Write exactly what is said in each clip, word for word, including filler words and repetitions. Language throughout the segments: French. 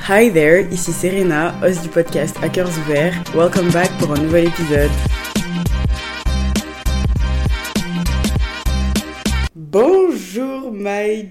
Hi there, ici Serena, host du podcast À cœurs ouverts. Welcome back pour un nouvel épisode. Bonjour my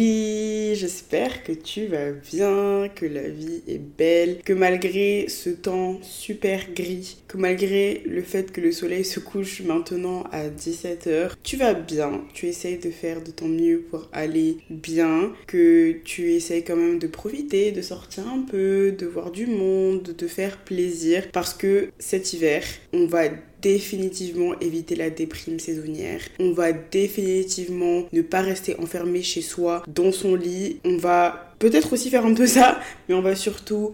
G, j'espère que tu vas bien, que la vie est belle, que malgré ce temps super gris, que malgré le fait que le soleil se couche maintenant à dix-sept heures, tu vas bien, tu essayes de faire de ton mieux pour aller bien, que tu essayes quand même de profiter, de sortir un peu, de voir du monde, de te faire plaisir, parce que cet hiver, on va définitivement éviter la déprime saisonnière. On va définitivement ne pas rester enfermé chez soi, dans son lit. On va peut-être aussi faire un peu ça, mais on va surtout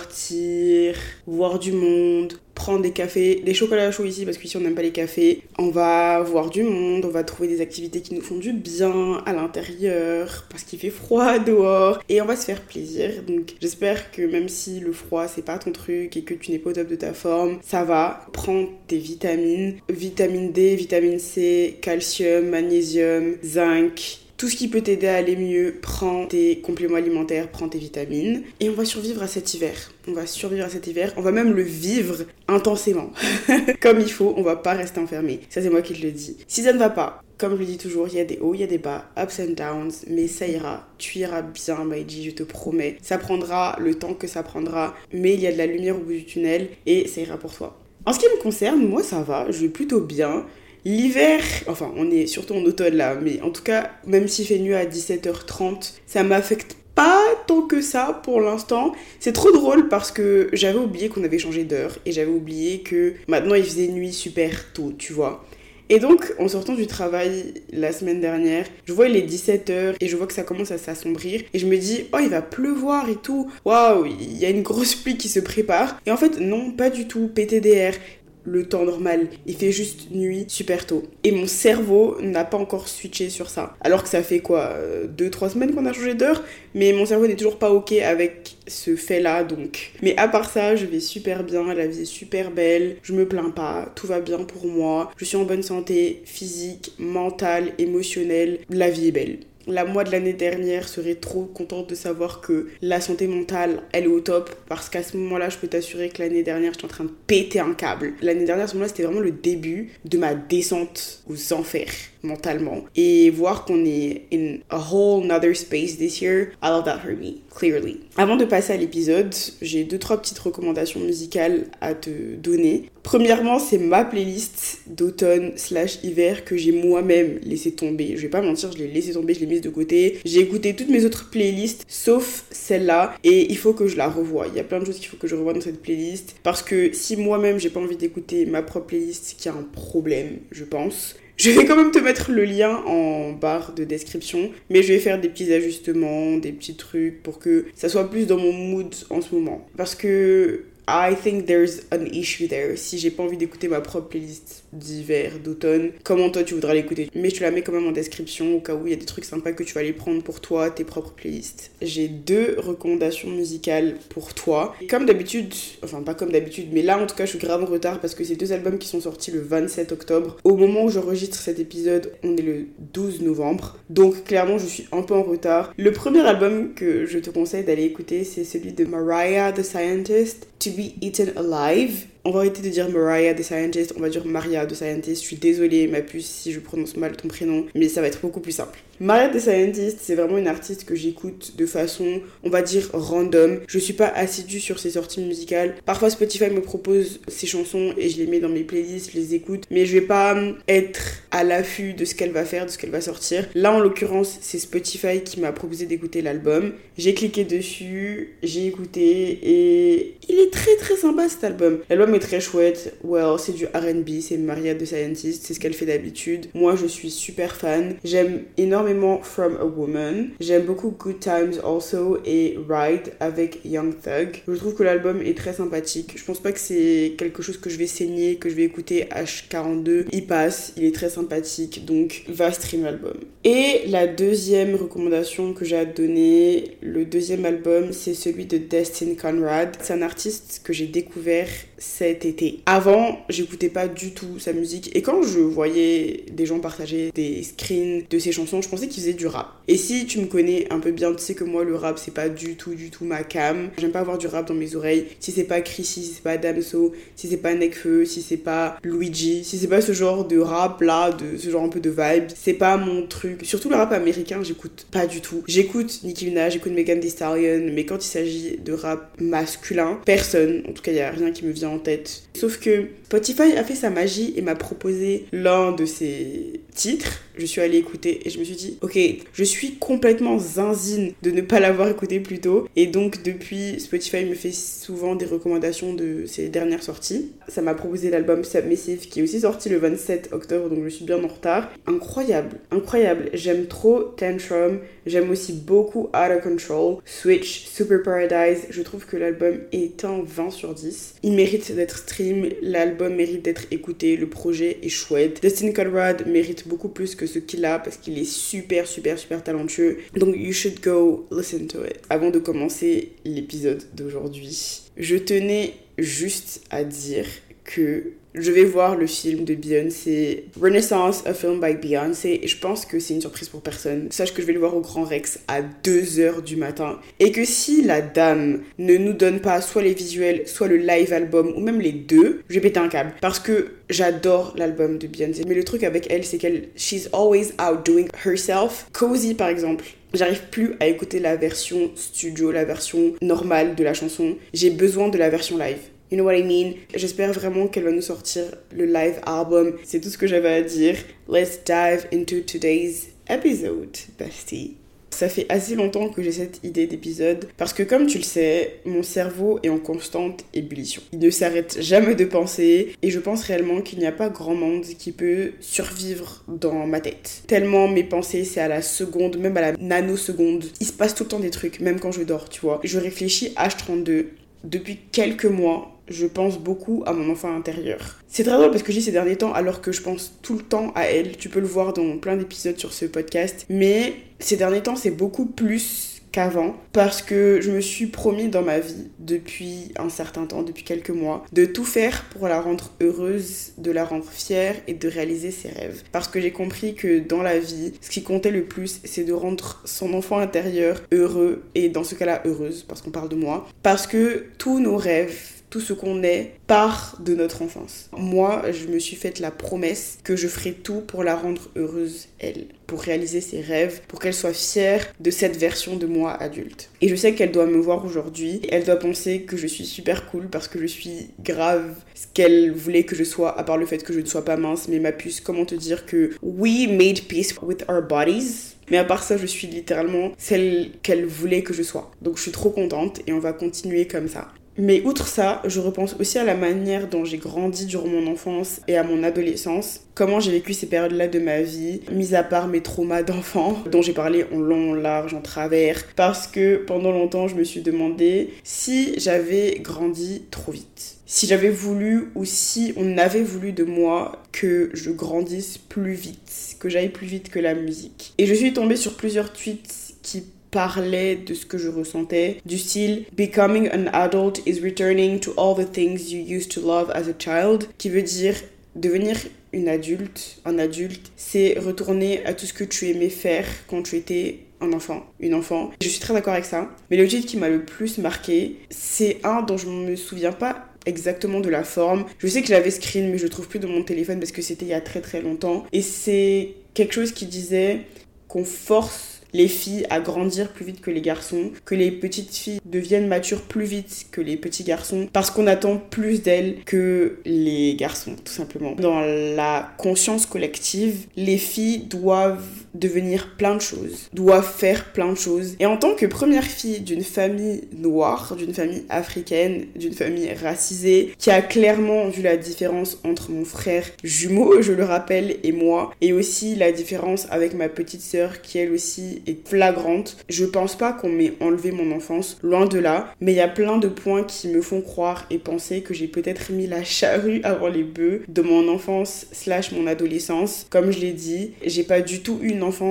sortir, voir du monde, prendre des cafés, des chocolats chauds ici parce qu'ici on n'aime pas les cafés. On va voir du monde, on va trouver des activités qui nous font du bien à l'intérieur parce qu'il fait froid dehors et on va se faire plaisir. Donc j'espère que même si le froid c'est pas ton truc et que tu n'es pas au top de ta forme, ça va. Prends tes vitamines, vitamine D, vitamine C, calcium, magnésium, zinc. Tout ce qui peut t'aider à aller mieux, prends tes compléments alimentaires, prends tes vitamines. Et on va survivre à cet hiver. On va survivre à cet hiver. On va même le vivre intensément. Comme il faut, on va pas rester enfermé. Ça, c'est moi qui te le dis. Si ça ne va pas, comme je le dis toujours, il y a des hauts, il y a des bas, ups and downs. Mais ça ira. Tu iras bien, Maïji, je te promets. Ça prendra le temps que ça prendra. Mais il y a de la lumière au bout du tunnel et ça ira pour toi. En ce qui me concerne, moi, ça va. Je vais plutôt bien. L'hiver, enfin on est surtout en automne là, mais en tout cas, même s'il fait nuit à dix-sept heures trente, ça m'affecte pas tant que ça pour l'instant. C'est trop drôle parce que j'avais oublié qu'on avait changé d'heure et j'avais oublié que maintenant il faisait nuit super tôt, tu vois. Et donc, en sortant du travail la semaine dernière, je vois il est dix-sept heures et je vois que ça commence à s'assombrir. Et je me dis, oh, il va pleuvoir et tout. Waouh, il y a une grosse pluie qui se prépare. Et en fait, non, pas du tout. P T D R. Le temps normal, il fait juste nuit super tôt. Et mon cerveau n'a pas encore switché sur ça. Alors que ça fait quoi, deux trois semaines qu'on a changé d'heure, mais mon cerveau n'est toujours pas ok avec ce fait-là, donc. Mais à part ça, je vais super bien, la vie est super belle, je me plains pas, tout va bien pour moi, je suis en bonne santé physique, mentale, émotionnelle, la vie est belle. La moi de l'année dernière serait trop contente de savoir que la santé mentale, elle est au top, parce qu'à ce moment-là, je peux t'assurer que l'année dernière, j'étais en train de péter un câble. L'année dernière, à ce moment-là, c'était vraiment le début de ma descente aux enfers, mentalement. Et voir qu'on est in a whole nother space this year, I love that for me, clearly. Avant de passer à l'épisode, j'ai deux, trois petites recommandations musicales à te donner. Premièrement, c'est ma playlist d'automne slash hiver que j'ai moi-même laissé tomber. Je vais pas mentir, je l'ai laissé tomber, je l'ai mise de côté. J'ai écouté toutes mes autres playlists, sauf celle-là, et il faut que je la revoie. Il y a plein de choses qu'il faut que je revoie dans cette playlist, parce que si moi-même j'ai pas envie d'écouter ma propre playlist, c'est qu'il y a un problème, je pense. Je vais quand même te mettre le lien en barre de description, mais je vais faire des petits ajustements, des petits trucs pour que ça soit plus dans mon mood en ce moment. Parce que I think there's an issue there. Si j'ai pas envie d'écouter ma propre playlist d'hiver, d'automne, comment toi tu voudras l'écouter? Mais je te la mets quand même en description au cas où il y a des trucs sympas que tu vas aller prendre pour toi, tes propres playlists. J'ai deux recommandations musicales pour toi. Comme d'habitude, enfin pas comme d'habitude, mais là en tout cas je suis grave en retard parce que c'est deux albums qui sont sortis le vingt-sept octobre. Au moment où j'enregistre cet épisode, on est le douze novembre. Donc clairement je suis un peu en retard. Le premier album que je te conseille d'aller écouter, c'est celui de Mariah the Scientist, To Be Eaten Alive. On va arrêter de dire Mariah the Scientist, on va dire Maria the Scientist. Je suis désolée, ma puce, si je prononce mal ton prénom, mais ça va être beaucoup plus simple. Mariah the Scientist, c'est vraiment une artiste que j'écoute de façon, on va dire, random. Je suis pas assidue sur ses sorties musicales. Parfois, Spotify me propose ses chansons et je les mets dans mes playlists, je les écoute, mais je vais pas être à l'affût de ce qu'elle va faire, de ce qu'elle va sortir. Là, en l'occurrence, c'est Spotify qui m'a proposé d'écouter l'album. J'ai cliqué dessus, j'ai écouté et il est très très sympa cet album. L'album est très chouette. Well, c'est du R and B, c'est Mariah the Scientist, c'est ce qu'elle fait d'habitude. Moi, je suis super fan. J'aime énormément From a Woman. J'aime beaucoup Good Times Also et Ride avec Young Thug. Je trouve que l'album est très sympathique. Je pense pas que c'est quelque chose que je vais saigner, que je vais écouter H quarante-deux. Il passe, il est très sympathique, donc va stream l'album. Et la deuxième recommandation que j'ai à te donner, le deuxième album, c'est celui de Destin Conrad. C'est un artiste que j'ai découvert cette cet été. Avant, j'écoutais pas du tout sa musique et quand je voyais des gens partager des screens de ses chansons, je pensais qu'il faisait du rap. Et si tu me connais un peu bien, tu sais que moi le rap c'est pas du tout du tout ma cam. J'aime pas avoir du rap dans mes oreilles. Si c'est pas Chrissy, si c'est pas Damso, si c'est pas Nekfeu, si c'est pas Luigi, si c'est pas ce genre de rap là, de ce genre un peu de vibe, c'est pas mon truc. Surtout le rap américain, j'écoute pas du tout. J'écoute Nicki Minaj, j'écoute Megan Thee Stallion, mais quand il s'agit de rap masculin, personne, en tout cas il y a rien qui me vient en tête. Sauf que Spotify a fait sa magie et m'a proposé l'un de ses titres. Je suis allée écouter et je me suis dit ok, je suis complètement zinzine de ne pas l'avoir écouté plus tôt, et donc depuis Spotify me fait souvent des recommandations de ses dernières sorties. Ça m'a proposé l'album Submissive qui est aussi sorti le vingt-sept octobre, donc je suis bien en retard. Incroyable, incroyable, j'aime trop Tantrum, j'aime aussi beaucoup Out of Control, Switch, Super Paradise. Je trouve que l'album est un vingt sur dix, il mérite d'être stream, l'album mérite d'être écouté, le projet est chouette. Dustin Conrad mérite beaucoup plus que ce qu'il a parce qu'il est super super super talentueux, donc you should go listen to it. Avant de commencer l'épisode d'aujourd'hui, je tenais juste à dire que je vais voir le film de Beyoncé, Renaissance, a film by Beyoncé, et je pense que c'est une surprise pour personne. Sache que je vais le voir au Grand Rex à deux heures du matin, et que si la dame ne nous donne pas soit les visuels, soit le live album, ou même les deux, je vais péter un câble. Parce que j'adore l'album de Beyoncé, mais le truc avec elle, c'est qu'elle, she's always outdoing herself. Cozy par exemple, j'arrive plus à écouter la version studio, la version normale de la chanson. J'ai besoin de la version live. You know what I mean? J'espère vraiment qu'elle va nous sortir le live album. C'est tout ce que j'avais à dire. Let's dive into today's episode, bestie. Ça fait assez longtemps que j'ai cette idée d'épisode parce que comme tu le sais, mon cerveau est en constante ébullition. Il ne s'arrête jamais de penser et je pense réellement qu'il n'y a pas grand monde qui peut survivre dans ma tête. Tellement mes pensées, c'est à la seconde, même à la nanoseconde. Il se passe tout le temps des trucs, même quand je dors, tu vois. Je réfléchis H trente-deux. Depuis quelques mois, je pense beaucoup à mon enfant intérieur. C'est très drôle parce que je dis ces derniers temps alors que je pense tout le temps à elle. Tu peux le voir dans plein d'épisodes sur ce podcast. Mais ces derniers temps, c'est beaucoup plus qu'avant parce que je me suis promis dans ma vie depuis un certain temps, depuis quelques mois, de tout faire pour la rendre heureuse, de la rendre fière et de réaliser ses rêves. Parce que j'ai compris que dans la vie, ce qui comptait le plus, c'est de rendre son enfant intérieur heureux et dans ce cas-là heureuse, parce qu'on parle de moi. Parce que tous nos rêves, tout ce qu'on est part de notre enfance. Moi, je me suis faite la promesse que je ferais tout pour la rendre heureuse, elle, pour réaliser ses rêves, pour qu'elle soit fière de cette version de moi adulte. Et je sais qu'elle doit me voir aujourd'hui, elle doit penser que je suis super cool parce que je suis grave ce qu'elle voulait que je sois, à part le fait que je ne sois pas mince, mais ma puce, comment te dire que we made peace with our bodies. Mais à part ça, je suis littéralement celle qu'elle voulait que je sois. Donc je suis trop contente et on va continuer comme ça. Mais outre ça, je repense aussi à la manière dont j'ai grandi durant mon enfance et à mon adolescence, comment j'ai vécu ces périodes-là de ma vie, mis à part mes traumas d'enfant, dont j'ai parlé en long, en large, en travers, parce que pendant longtemps, je me suis demandé si j'avais grandi trop vite. Si j'avais voulu ou si on avait voulu de moi que je grandisse plus vite, que j'aille plus vite que la musique. Et je suis tombée sur plusieurs tweets qui parlait de ce que je ressentais, du style « Becoming an adult is returning to all the things you used to love as a child », qui veut dire devenir une adulte, un adulte, c'est retourner à tout ce que tu aimais faire quand tu étais un enfant, une enfant. Je suis très d'accord avec ça, mais le titre qui m'a le plus marqué, c'est un dont je me souviens pas exactement de la forme. Je sais que je l'avais screen, mais je le trouve plus de mon téléphone parce que c'était il y a très très longtemps. Et c'est quelque chose qui disait qu'on force les filles à grandir plus vite que les garçons, que les petites filles deviennent matures plus vite que les petits garçons, parce qu'on attend plus d'elles que les garçons, tout simplement. Dans la conscience collective, les filles doivent devenir plein de choses, doivent faire plein de choses. Et en tant que première fille d'une famille noire, d'une famille africaine, d'une famille racisée, qui a clairement vu la différence entre mon frère jumeau, je le rappelle, et moi, et aussi la différence avec ma petite sœur, qui elle aussi est flagrante. Je pense pas qu'on m'ait enlevé mon enfance, loin de là, mais il y a plein de points qui me font croire et penser que j'ai peut-être mis la charrue avant les bœufs de mon enfance slash mon adolescence. Comme je l'ai dit, j'ai pas du tout eu une enfance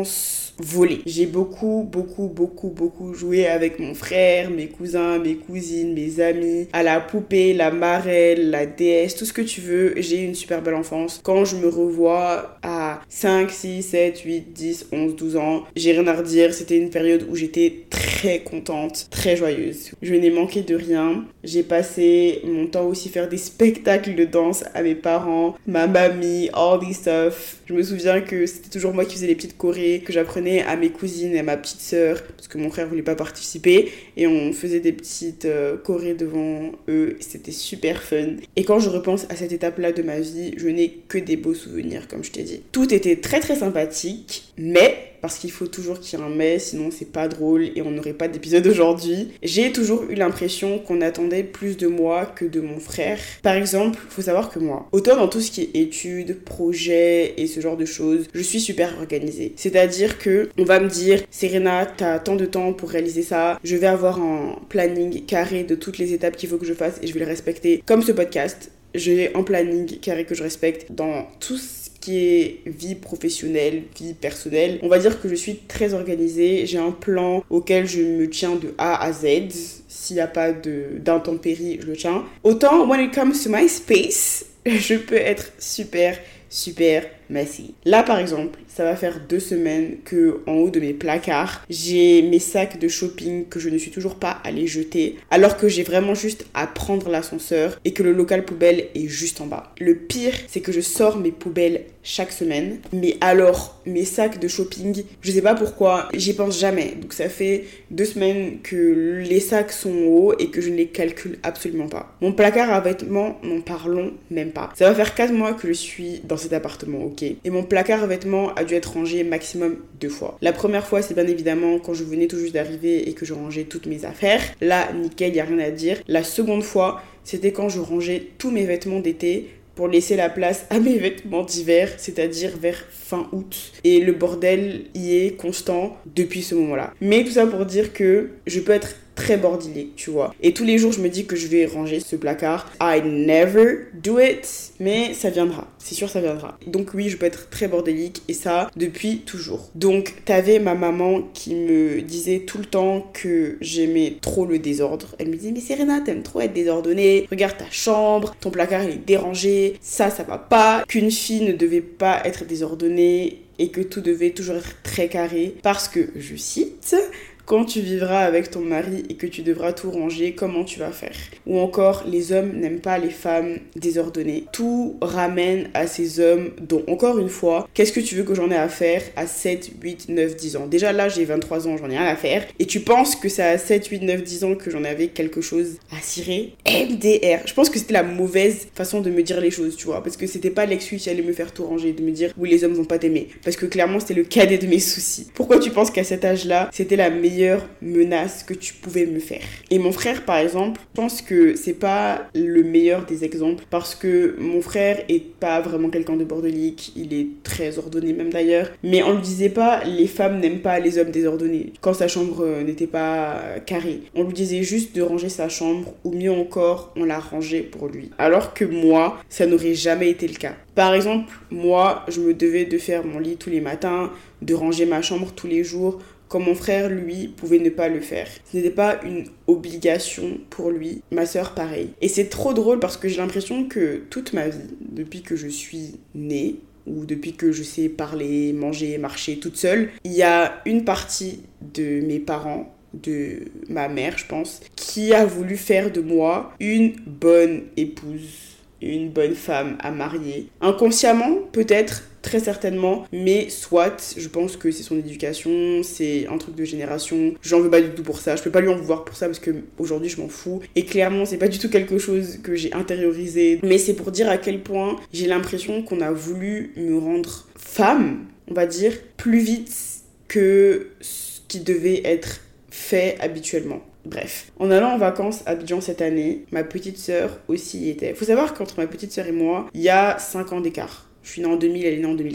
enfance volée. J'ai beaucoup, beaucoup, beaucoup, beaucoup joué avec mon frère, mes cousins, mes cousines, mes amis, à la poupée, la marelle, la déesse, tout ce que tu veux. J'ai eu une super belle enfance. Quand je me revois à cinq, six, sept, huit, dix, onze, douze ans, j'ai rien à redire. C'était une période où j'étais très contente, très joyeuse. Je n'ai manqué de rien. J'ai passé mon temps aussi faire des spectacles de danse à mes parents, ma mamie, all this stuff. Je me souviens que c'était toujours moi qui faisais les petites chorés, que j'apprenais à mes cousines et à ma petite sœur, parce que mon frère voulait pas participer, et on faisait des petites euh, chorés devant eux. C'était super fun. Et quand je repense à cette étape-là de ma vie, je n'ai que des beaux souvenirs, comme je t'ai dit. Tout était très très sympathique, mais parce qu'il faut toujours qu'il y ait un mais, sinon c'est pas drôle et on n'aurait pas d'épisode aujourd'hui. J'ai toujours eu l'impression qu'on attendait plus de moi que de mon frère. Par exemple, faut savoir que moi, autant dans tout ce qui est études, projets et ce genre de choses, je suis super organisée. C'est-à-dire que on va me dire, Serena, t'as tant de temps pour réaliser ça, je vais avoir un planning carré de toutes les étapes qu'il faut que je fasse et je vais les respecter. Comme ce podcast, j'ai un planning carré que je respecte dans tout ce qui est vie professionnelle, vie personnelle. On va dire que je suis très organisée, j'ai un plan auquel je me tiens de A à Z. S'il n'y a pas de, d'intempéries, je le tiens. Autant, when it comes to my space, je peux être super, super messy. Là, par exemple, ça va faire deux semaines que en haut de mes placards, j'ai mes sacs de shopping que je ne suis toujours pas allée jeter, alors que j'ai vraiment juste à prendre l'ascenseur et que le local poubelle est juste en bas. Le pire, c'est que je sors mes poubelles chaque semaine, mais alors, mes sacs de shopping, je sais pas pourquoi, j'y pense jamais. Donc ça fait deux semaines que les sacs sont hauts et que je ne les calcule absolument pas. Mon placard à vêtements, n'en parlons même pas. Ça va faire quatre mois que je suis dans cet appartement, ok? Et mon placard à vêtements a dû être rangé maximum deux fois. La première fois, c'est bien évidemment quand je venais tout juste d'arriver et que je rangeais toutes mes affaires. Là, nickel, y a rien à dire. La seconde fois, c'était quand je rangeais tous mes vêtements d'été pour laisser la place à mes vêtements d'hiver, c'est-à-dire vers fin août. Et le bordel y est constant depuis ce moment-là. Mais tout ça pour dire que je peux être très bordélique, tu vois. Et tous les jours, je me dis que je vais ranger ce placard. I never do it, mais ça viendra. C'est sûr, ça viendra. Donc oui, je peux être très bordélique et ça, depuis toujours. Donc, t'avais ma maman qui me disait tout le temps que j'aimais trop le désordre. Elle me disait, mais Serena, t'aimes trop être désordonnée. Regarde ta chambre, ton placard, il est dérangé. Ça, ça va pas. Qu'une fille ne devait pas être désordonnée et que tout devait toujours être très carré. Parce que, je cite... Quand tu vivras avec ton mari et que tu devras tout ranger, comment tu vas faire? Ou encore, les hommes n'aiment pas les femmes désordonnées. Tout ramène à ces hommes dont, encore une fois, qu'est-ce que tu veux que j'en ai à faire à sept, huit, neuf, dix ans? Déjà là, j'ai vingt-trois ans, j'en ai rien à faire. Et tu penses que c'est à sept, huit, neuf, dix ans que j'en avais quelque chose à cirer? M D R. Je pense que c'était la mauvaise façon de me dire les choses, tu vois. Parce que c'était pas l'excuse qui allait me faire tout ranger, de me dire, oui, les hommes vont pas t'aimer. Parce que clairement, c'était le cadet de mes soucis. Pourquoi tu penses qu'à cet âge-là, c'était la meilleure menace que tu pouvais me faire? Et mon frère, par exemple, je pense que c'est pas le meilleur des exemples parce que mon frère est pas vraiment quelqu'un de bordélique, il est très ordonné même d'ailleurs, mais on lui disait pas les femmes n'aiment pas les hommes désordonnés quand sa chambre n'était pas carrée. On lui disait juste de ranger sa chambre ou mieux encore, on la rangeait pour lui. Alors que moi, ça n'aurait jamais été le cas. Par exemple, moi, je me devais de faire mon lit tous les matins, de ranger ma chambre tous les jours, quand mon frère, lui, pouvait ne pas le faire. Ce n'était pas une obligation pour lui. Ma sœur, pareil. Et c'est trop drôle parce que j'ai l'impression que toute ma vie, depuis que je suis née, ou depuis que je sais parler, manger, marcher toute seule, il y a une partie de mes parents, de ma mère, je pense, qui a voulu faire de moi une bonne épouse, une bonne femme à marier. Inconsciemment, peut-être, très certainement, mais soit, je pense que c'est son éducation, c'est un truc de génération, j'en veux pas du tout pour ça, je peux pas lui en vouloir pour ça parce que aujourd'hui je m'en fous, et clairement c'est pas du tout quelque chose que j'ai intériorisé, mais c'est pour dire à quel point j'ai l'impression qu'on a voulu me rendre femme, on va dire, plus vite que ce qui devait être fait habituellement. Bref, en allant en vacances à Abidjan cette année, ma petite sœur aussi y était. Faut savoir qu'entre ma petite sœur et moi, il y a cinq ans d'écart. Je suis née en deux mille, elle est née en deux mille cinq.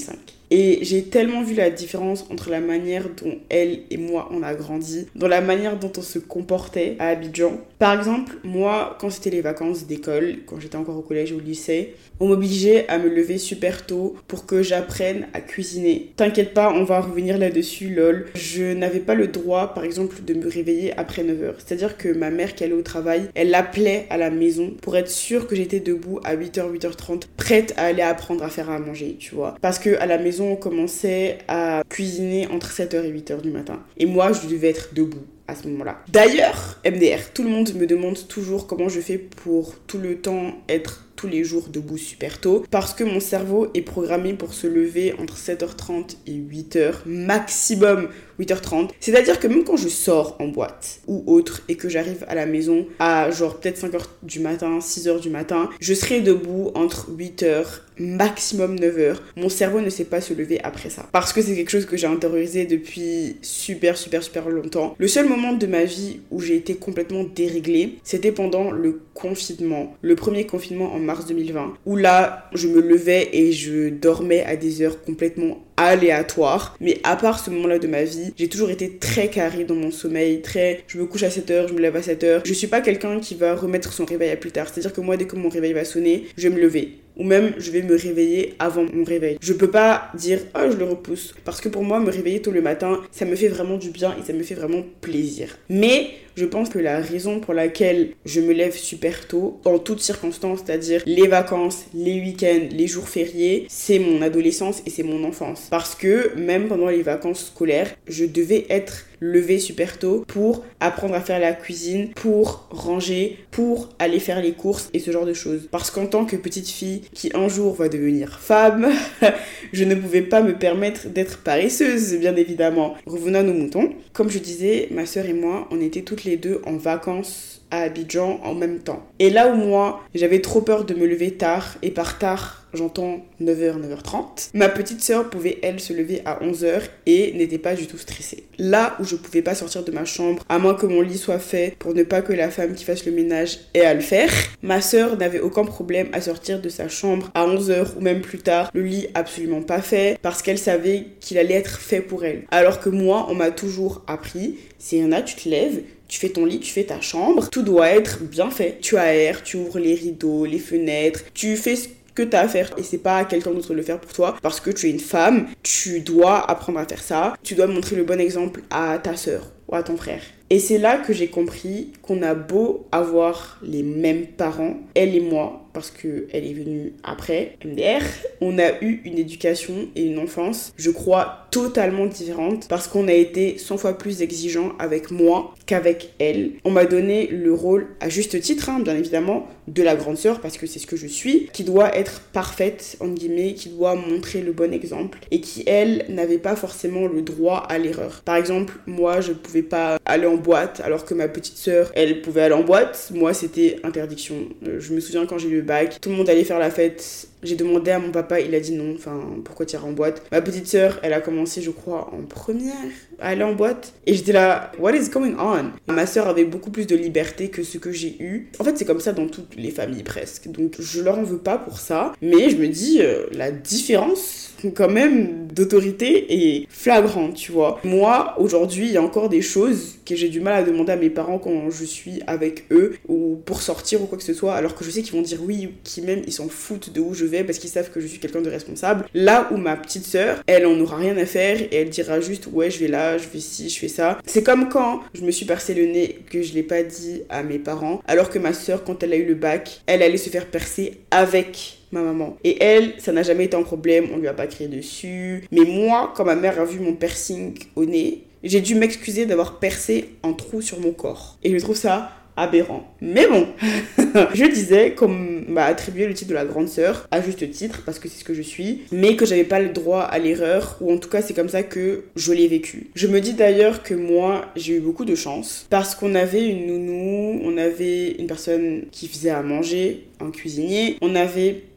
Et j'ai tellement vu la différence entre la manière dont elle et moi on a grandi, dans la manière dont on se comportait à Abidjan. Par exemple, moi, quand c'était les vacances d'école, quand j'étais encore au collège ou au lycée, on m'obligeait à me lever super tôt pour que j'apprenne à cuisiner. T'inquiète pas, on va revenir là-dessus, lol. Je n'avais pas le droit, par exemple, de me réveiller après neuf heures. C'est-à-dire que ma mère qui allait au travail, elle appelait à la maison pour être sûre que j'étais debout à huit heures, huit heures trente, prête à aller apprendre à faire à manger, tu vois. Parce que à la maison, on commençait à cuisiner entre sept heures et huit heures du matin. Et moi, je devais être debout à ce moment-là. D'ailleurs, M D R, tout le monde me demande toujours comment je fais pour tout le temps être tous les jours debout super tôt, parce que mon cerveau est programmé pour se lever entre sept heures trente et huit heures, maximum huit heures trente. C'est-à-dire que même quand je sors en boîte ou autre et que j'arrive à la maison à genre peut-être cinq heures du matin, six heures du matin, je serai debout entre huit heures, maximum neuf heures. Mon cerveau ne sait pas se lever après ça. Parce que c'est quelque chose que j'ai intériorisé depuis super, super, super longtemps. Le seul moment de ma vie où j'ai été complètement déréglée, c'était pendant le confinement. Le premier confinement en mars deux mille vingt, où là, je me levais et je dormais à des heures complètement aléatoires. Mais à part ce moment-là de ma vie, j'ai toujours été très carrée dans mon sommeil, très... Je me couche à sept heures, je me lève à sept heures. Je suis pas quelqu'un qui va remettre son réveil à plus tard. C'est-à-dire que moi, dès que mon réveil va sonner, je vais me lever. Ou même, je vais me réveiller avant mon réveil. Je peux pas dire « Oh, je le repousse ». Parce que pour moi, me réveiller tôt le matin, ça me fait vraiment du bien et ça me fait vraiment plaisir. Mais je pense que la raison pour laquelle je me lève super tôt, en toutes circonstances, c'est-à-dire les vacances, les week-ends, les jours fériés, c'est mon adolescence et c'est mon enfance. Parce que même pendant les vacances scolaires, je devais être levée super tôt pour apprendre à faire la cuisine, pour ranger, pour aller faire les courses et ce genre de choses. Parce qu'en tant que petite fille qui un jour va devenir femme, je ne pouvais pas me permettre d'être paresseuse, bien évidemment. Revenons à nos moutons. Comme je disais, ma sœur et moi, on était toutes les deux en vacances à Abidjan en même temps. Et là où moi, j'avais trop peur de me lever tard, et par tard, j'entends neuf heures, neuf heures trente, ma petite sœur pouvait, elle, se lever à onze heures et n'était pas du tout stressée. Là où je pouvais pas sortir de ma chambre, à moins que mon lit soit fait pour ne pas que la femme qui fasse le ménage ait à le faire, ma sœur n'avait aucun problème à sortir de sa chambre à onze heures ou même plus tard, le lit absolument pas fait, parce qu'elle savait qu'il allait être fait pour elle. Alors que moi, on m'a toujours appris, c'est un a, tu te lèves, tu fais ton lit, tu fais ta chambre, tout doit être bien fait. Tu aères, tu ouvres les rideaux, les fenêtres, tu fais ce que tu as à faire et c'est pas à quelqu'un d'autre de le faire pour toi parce que tu es une femme, tu dois apprendre à faire ça, tu dois montrer le bon exemple à ta sœur ou à ton frère. Et c'est là que j'ai compris qu'on a beau avoir les mêmes parents, elle et moi, parce qu'elle est venue après, M D R, on a eu une éducation et une enfance, je crois, totalement différentes parce qu'on a été cent fois plus exigeants avec moi qu'avec elle. On m'a donné le rôle, à juste titre, hein, bien évidemment, de la grande sœur, parce que c'est ce que je suis, qui doit être parfaite, entre guillemets, qui doit montrer le bon exemple et qui, elle, n'avait pas forcément le droit à l'erreur. Par exemple, moi, je pouvais pas aller en boîte alors que ma petite sœur, elle pouvait aller en boîte. Moi, c'était interdiction. Euh, je me souviens quand j'ai eu le bac, tout le monde allait faire la fête. J'ai demandé à mon papa, il a dit non, enfin, pourquoi tu iras en boîte? Ma petite sœur, elle a commencé, je crois, en première à aller en boîte. Et j'étais là, what is going on? Ma sœur avait beaucoup plus de liberté que ce que j'ai eu. En fait, c'est comme ça dans toutes les familles presque. Donc, je leur en veux pas pour ça. Mais je me dis, euh, la différence quand même d'autorité est flagrante, tu vois. Moi, aujourd'hui, il y a encore des choses que j'ai du mal à demander à mes parents quand je suis avec eux ou pour sortir ou quoi que ce soit, alors que je sais qu'ils vont dire oui, qui même ils s'en foutent de où je vais parce qu'ils savent que je suis quelqu'un de responsable. Là où ma petite sœur, elle en aura rien à faire et elle dira juste ouais, je vais là, je vais ci, je fais ça. C'est comme quand je me suis percé le nez que je l'ai pas dit à mes parents, alors que ma sœur, quand elle a eu le bac, elle allait se faire percer avec ma maman. Et elle, ça n'a jamais été un problème, on lui a pas crié dessus. Mais moi, quand ma mère a vu mon piercing au nez, j'ai dû m'excuser d'avoir percé un trou sur mon corps. Et je trouve ça aberrant. Mais bon, je disais qu'on m'a attribué le titre de la grande sœur, à juste titre, parce que c'est ce que je suis, mais que j'avais pas le droit à l'erreur, ou en tout cas c'est comme ça que je l'ai vécu. Je me dis d'ailleurs que moi, j'ai eu beaucoup de chance, parce qu'on avait une nounou, on avait une personne qui faisait à manger, un cuisinier, on avait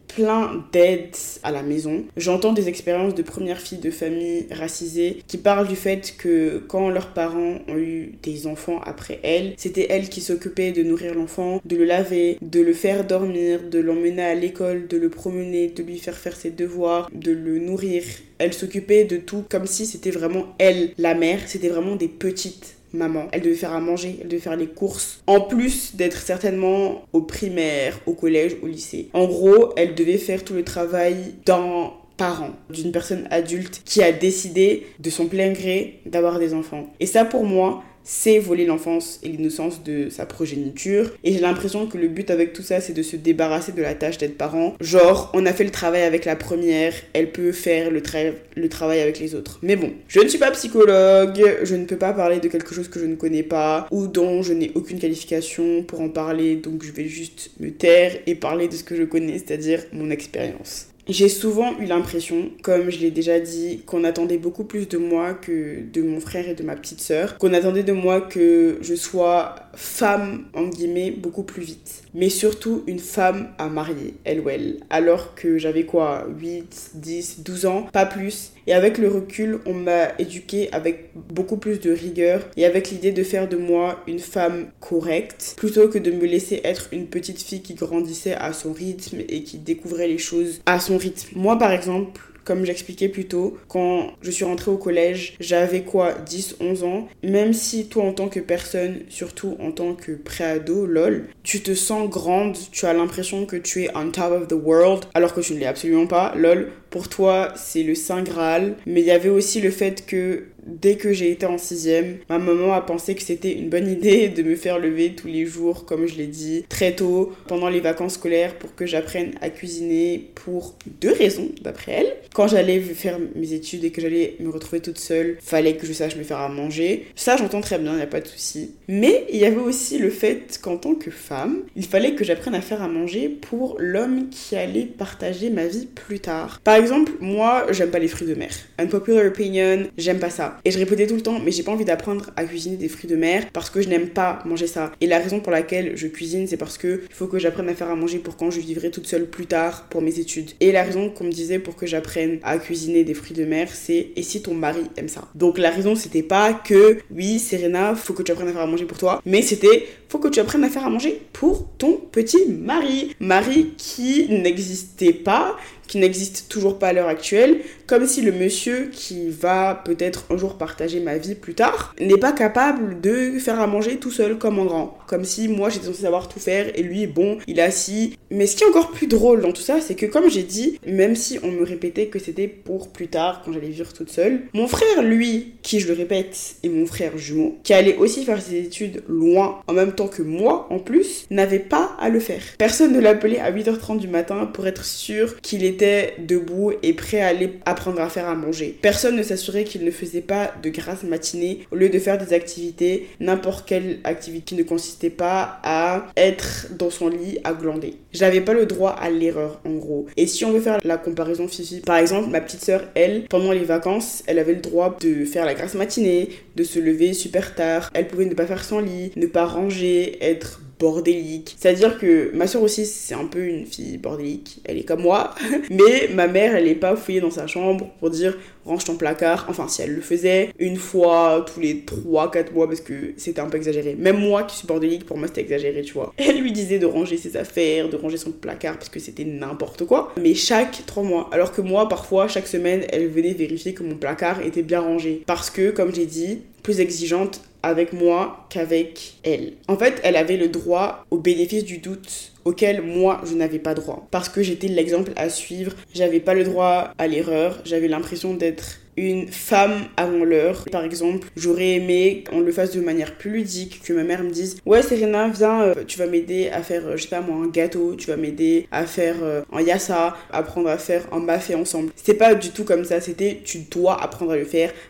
plein d'aides à la maison. J'entends des expériences de premières filles de familles racisées qui parlent du fait que quand leurs parents ont eu des enfants après elles, c'était elles qui s'occupaient de nourrir l'enfant, de le laver, de le faire dormir, de l'emmener à l'école, de le promener, de lui faire faire ses devoirs, de le nourrir. Elles s'occupaient de tout comme si c'était vraiment elle, la mère. C'était vraiment des petites maman. Elle devait faire à manger, elle devait faire les courses. En plus d'être certainement au primaire, au collège, au lycée. En gros, elle devait faire tout le travail d'un parent, d'une personne adulte qui a décidé de son plein gré d'avoir des enfants. Et ça, pour moi, c'est voler l'enfance et l'innocence de sa progéniture. Et j'ai l'impression que le but avec tout ça, c'est de se débarrasser de la tâche d'être parent. Genre, on a fait le travail avec la première, elle peut faire le, tra- le travail avec les autres. Mais bon, je ne suis pas psychologue, je ne peux pas parler de quelque chose que je ne connais pas ou dont je n'ai aucune qualification pour en parler, donc je vais juste me taire et parler de ce que je connais, c'est-à-dire mon expérience. J'ai souvent eu l'impression, comme je l'ai déjà dit, qu'on attendait beaucoup plus de moi que de mon frère et de ma petite sœur, qu'on attendait de moi que je sois femme, en guillemets, beaucoup plus vite. Mais surtout une femme à marier, elle ou elle. Alors que j'avais quoi, huit, dix, douze ans, pas plus. Et avec le recul, on m'a éduquée avec beaucoup plus de rigueur et avec l'idée de faire de moi une femme correcte, plutôt que de me laisser être une petite fille qui grandissait à son rythme et qui découvrait les choses à son rythme. Moi, par exemple, comme j'expliquais plus tôt, quand je suis rentrée au collège, j'avais quoi, dix, onze ans. Même si toi, en tant que personne, surtout en tant que pré-ado, lol, tu te sens grande, tu as l'impression que tu es on top of the world, alors que tu ne l'es absolument pas, lol. Pour toi, c'est le Saint Graal. Mais il y avait aussi le fait que dès que j'ai été en sixième, ma maman a pensé que c'était une bonne idée de me faire lever tous les jours, comme je l'ai dit, très tôt, pendant les vacances scolaires, pour que j'apprenne à cuisiner pour deux raisons, d'après elle. Quand j'allais faire mes études et que j'allais me retrouver toute seule, fallait que je sache me faire à manger. Ça, j'entends très bien, il n'y a pas de souci. Mais il y avait aussi le fait qu'en tant que femme, il fallait que j'apprenne à faire à manger pour l'homme qui allait partager ma vie plus tard. Par exemple, moi, j'aime pas les fruits de mer. Unpopular opinion, j'aime pas ça. Et je répétais tout le temps, mais j'ai pas envie d'apprendre à cuisiner des fruits de mer parce que je n'aime pas manger ça. Et la raison pour laquelle je cuisine, c'est parce que il faut que j'apprenne à faire à manger pour quand je vivrai toute seule plus tard pour mes études. Et la raison qu'on me disait pour que j'apprenne à cuisiner des fruits de mer, c'est et si ton mari aime ça. Donc la raison, c'était pas que oui, Serena, faut que tu apprennes à faire à manger pour toi, mais c'était faut que tu apprennes à faire à manger pour ton petit mari. Mari qui n'existait pas, qui n'existe toujours pas à l'heure actuelle, comme si le monsieur qui va peut-être un jour partager ma vie plus tard n'est pas capable de faire à manger tout seul comme un grand. Comme si moi j'étais censée savoir tout faire et lui, bon, il est assis. Mais ce qui est encore plus drôle dans tout ça, c'est que comme j'ai dit, même si on me répétait que c'était pour plus tard, quand j'allais vivre toute seule, mon frère, lui, qui je le répète, est mon frère jumeau, qui allait aussi faire ses études loin, en même temps que moi en plus, n'avait pas à le faire. Personne ne l'appelait à huit heures trente du matin pour être sûr qu'il était debout et prêt à aller apprendre à faire à manger. Personne ne s'assurait qu'il ne faisait pas de grasses matinées au lieu de faire des activités, n'importe quelle activité qui ne consistait pas à être dans son lit à glander. J'avais pas le droit à l'erreur en gros. Et si on veut faire la comparaison fifi, par exemple ma petite sœur, elle, pendant les vacances, elle avait le droit de faire la grasse matinée, de se lever super tard, elle pouvait ne pas faire son lit, ne pas ranger, être bordélique. C'est-à-dire que ma soeur aussi, c'est un peu une fille bordélique. Elle est comme moi. Mais ma mère, elle est pas fouillée dans sa chambre pour dire range ton placard. Enfin, si elle le faisait une fois tous les trois quatre mois parce que c'était un peu exagéré. Même moi qui suis bordélique, pour moi c'était exagéré, tu vois. Elle lui disait de ranger ses affaires, de ranger son placard parce que c'était n'importe quoi. Mais chaque trois mois. Alors que moi, parfois, chaque semaine, elle venait vérifier que mon placard était bien rangé. Parce que, comme j'ai dit, plus exigeante avec moi qu'avec elle. En fait, elle avait le droit au bénéfice du doute auquel moi je n'avais pas droit. Parce que j'étais l'exemple à suivre, j'avais pas le droit à l'erreur, j'avais l'impression d'être une femme avant l'heure. Par exemple, j'aurais aimé qu'on le fasse de manière plus ludique, que ma mère me dise « Ouais Serena, viens, euh, tu vas m'aider à faire, euh, je sais pas moi, un gâteau, tu vas m'aider à faire euh, un yassa, apprendre à faire un mafé ensemble. » C'était pas du tout comme ça, c'était « Tu dois apprendre à le faire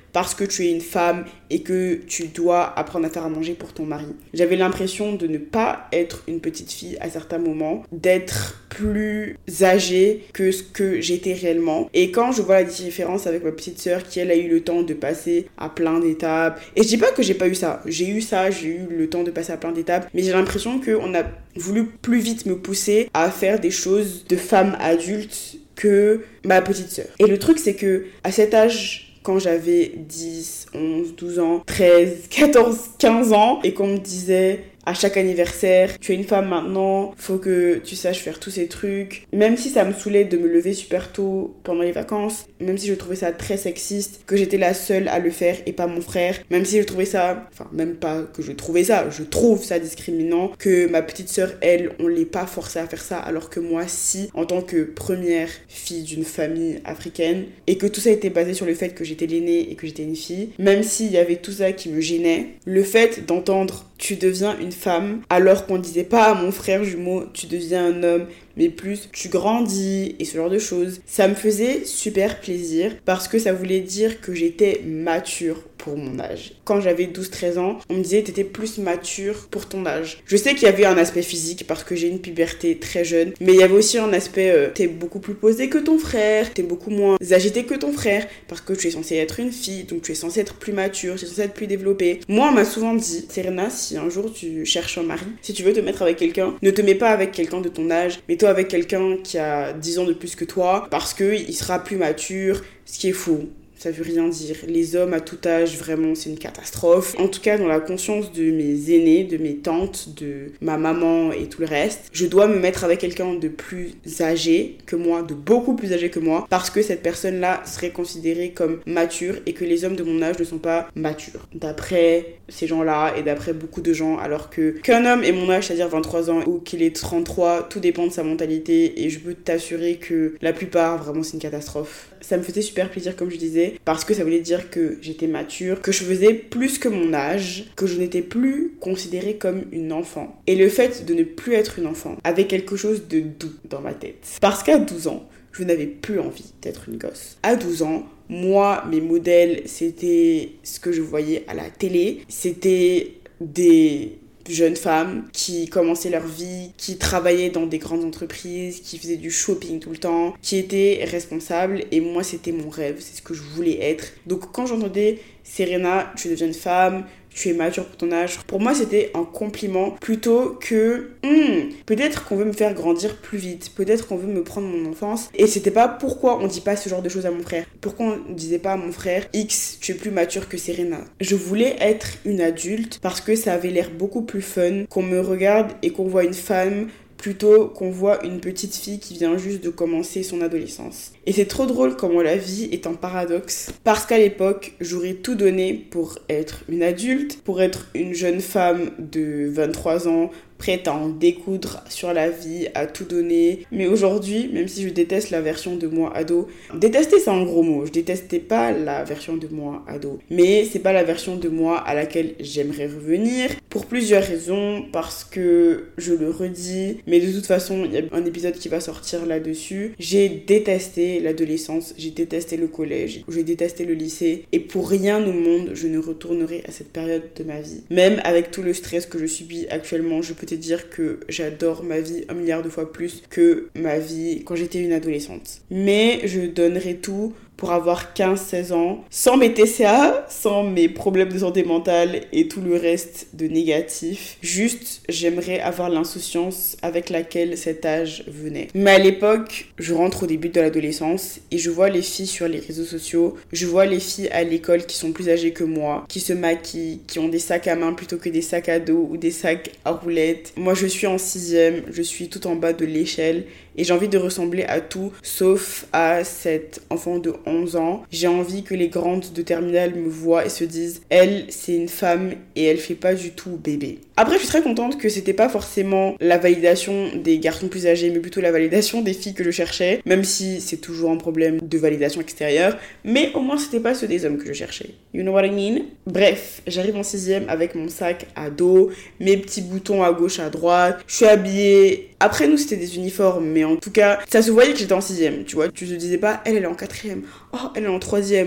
parce que tu es une femme et que tu dois apprendre à faire à manger pour ton mari. J'avais l'impression de ne pas être une petite fille à certains moments, d'être plus âgée que ce que j'étais réellement. Et quand je vois la différence avec ma petite sœur qui, elle, a eu le temps de passer à plein d'étapes, et je dis pas que j'ai pas eu ça, j'ai eu ça, j'ai eu le temps de passer à plein d'étapes, mais j'ai l'impression qu'on a voulu plus vite me pousser à faire des choses de femme adulte que ma petite sœur. Et le truc, c'est que à cet âge, quand j'avais dix, onze, douze ans, treize, quatorze, quinze ans, et qu'on me disait à chaque anniversaire, tu es une femme maintenant, faut que tu saches faire tous ces trucs. Même si ça me saoulait de me lever super tôt pendant les vacances, même si je trouvais ça très sexiste, que j'étais la seule à le faire et pas mon frère, même si je trouvais ça, enfin même pas que je trouvais ça, je trouve ça discriminant, que ma petite sœur, elle, on l'ait pas forcée à faire ça, alors que moi, si, en tant que première fille d'une famille africaine, et que tout ça était basé sur le fait que j'étais l'aînée et que j'étais une fille, même s'il y avait tout ça qui me gênait, le fait d'entendre tu deviens une femme, alors qu'on disait pas à mon frère jumeau tu deviens un homme, mais plus tu grandis et ce genre de choses, ça me faisait super plaisir parce que ça voulait dire que j'étais mature pour mon âge. Quand j'avais douze treize ans, on me disait t'étais plus mature pour ton âge. Je sais qu'il y avait un aspect physique parce que j'ai une puberté très jeune, mais il y avait aussi un aspect euh, t'es beaucoup plus posée que ton frère, t'es beaucoup moins agitée que ton frère parce que tu es censée être une fille, donc tu es censée être plus mature, tu es censée être plus développée. Moi, on m'a souvent dit, Serena, si un jour tu cherches un mari, si tu veux te mettre avec quelqu'un, ne te mets pas avec quelqu'un de ton âge, mets-toi avec quelqu'un qui a dix ans de plus que toi parce qu'il sera plus mature, ce qui est faux. Ça veut rien dire. Les hommes à tout âge, vraiment, c'est une catastrophe. En tout cas, dans la conscience de mes aînés, de mes tantes, de ma maman et tout le reste, je dois me mettre avec quelqu'un de plus âgé que moi, de beaucoup plus âgé que moi, parce que cette personne-là serait considérée comme mature et que les hommes de mon âge ne sont pas matures. D'après ces gens-là et d'après beaucoup de gens, alors que qu'un homme ait mon âge, c'est-à-dire vingt-trois ans, ou qu'il ait trente-trois, tout dépend de sa mentalité et je peux t'assurer que la plupart, vraiment, c'est une catastrophe. Ça me faisait super plaisir, comme je disais, parce que ça voulait dire que j'étais mature, que je faisais plus que mon âge, que je n'étais plus considérée comme une enfant. Et le fait de ne plus être une enfant avait quelque chose de doux dans ma tête. Parce qu'à douze ans, je n'avais plus envie d'être une gosse. À douze ans, moi, mes modèles, c'était ce que je voyais à la télé. C'était des jeunes femmes qui commençaient leur vie, qui travaillaient dans des grandes entreprises, qui faisaient du shopping tout le temps, qui étaient responsables, et moi c'était mon rêve, c'est ce que je voulais être. Donc quand j'entendais Serena, tu deviens une femme, tu es mature pour ton âge, pour moi c'était un compliment plutôt que hmm, peut-être qu'on veut me faire grandir plus vite, peut-être qu'on veut me prendre mon enfance. Et c'était pas pourquoi on dit pas ce genre de choses à mon frère, pourquoi on disait pas à mon frère X, tu es plus mature que Serena. Je voulais être une adulte parce que ça avait l'air beaucoup plus fun qu'on me regarde et qu'on voit une femme plutôt qu'on voit une petite fille qui vient juste de commencer son adolescence. Et c'est trop drôle comment la vie est un paradoxe, parce qu'à l'époque, j'aurais tout donné pour être une adulte, pour être une jeune femme de vingt-trois ans, prête à en découdre sur la vie, à tout donner. Mais aujourd'hui, même si je déteste la version de moi ado, détester c'est un gros mot, je détestais pas la version de moi ado, mais c'est pas la version de moi à laquelle j'aimerais revenir, pour plusieurs raisons, parce que, je le redis, mais de toute façon, il y a un épisode qui va sortir là-dessus, j'ai détesté l'adolescence, j'ai détesté le collège, j'ai détesté le lycée, et pour rien au monde, je ne retournerai à cette période de ma vie. Même avec tout le stress que je subis actuellement, je peux te dire que j'adore ma vie un milliard de fois plus que ma vie quand j'étais une adolescente. Mais je donnerai tout pour avoir quinze seize ans, sans mes T C A, sans mes problèmes de santé mentale et tout le reste de négatif. Juste, j'aimerais avoir l'insouciance avec laquelle cet âge venait. Mais à l'époque, je rentre au début de l'adolescence et je vois les filles sur les réseaux sociaux, je vois les filles à l'école qui sont plus âgées que moi, qui se maquillent, qui ont des sacs à main plutôt que des sacs à dos ou des sacs à roulettes. Moi, je suis en sixième, je suis tout en bas de l'échelle et j'ai envie de ressembler à tout, sauf à cet enfant de onze ans. J'ai envie que les grandes de terminale me voient et se disent « Elle, c'est une femme et elle fait pas du tout bébé ». Après, je suis très contente que c'était pas forcément la validation des garçons plus âgés, mais plutôt la validation des filles que je cherchais, même si c'est toujours un problème de validation extérieure, mais au moins c'était pas ceux des hommes que je cherchais. You know what I mean? Bref, j'arrive en sixième avec mon sac à dos, mes petits boutons à gauche, à droite, je suis habillée. Après nous, c'était des uniformes, mais en tout cas, ça se voyait que j'étais en sixième, tu vois. Tu te disais pas, elle, elle est en quatrième, oh, elle est en troisième.